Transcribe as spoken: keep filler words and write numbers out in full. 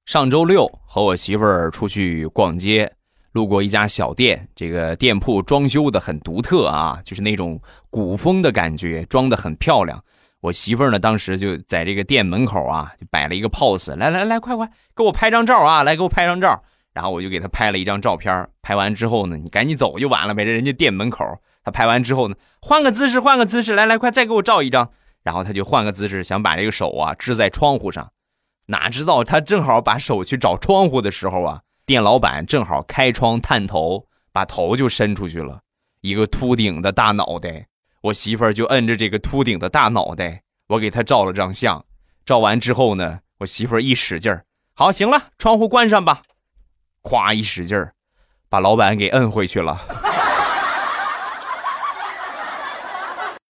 上周六和我媳妇儿出去逛街，路过一家小店，这个店铺装修的很独特啊，就是那种古风的感觉，装的很漂亮。我媳妇儿呢，当时就在这个店门口啊，就摆了一个 pose， 来来来，快快给我拍张照啊，来给我拍张照。然后我就给她拍了一张照片，拍完之后呢，你赶紧走就完了呗，这人家店门口。她拍完之后呢，换个姿势，换个姿势，来来快再给我照一张。然后她就换个姿势，想把这个手啊支在窗户上。哪知道她正好把手去找窗户的时候啊，店老板正好开窗探头，把头就伸出去了，一个秃顶的大脑袋。我媳妇儿就摁着这个秃顶的大脑袋，我给她照了张相。照完之后呢，我媳妇儿一使劲儿，好，行了，窗户关上吧。咵一使劲儿，把老板给摁回去了。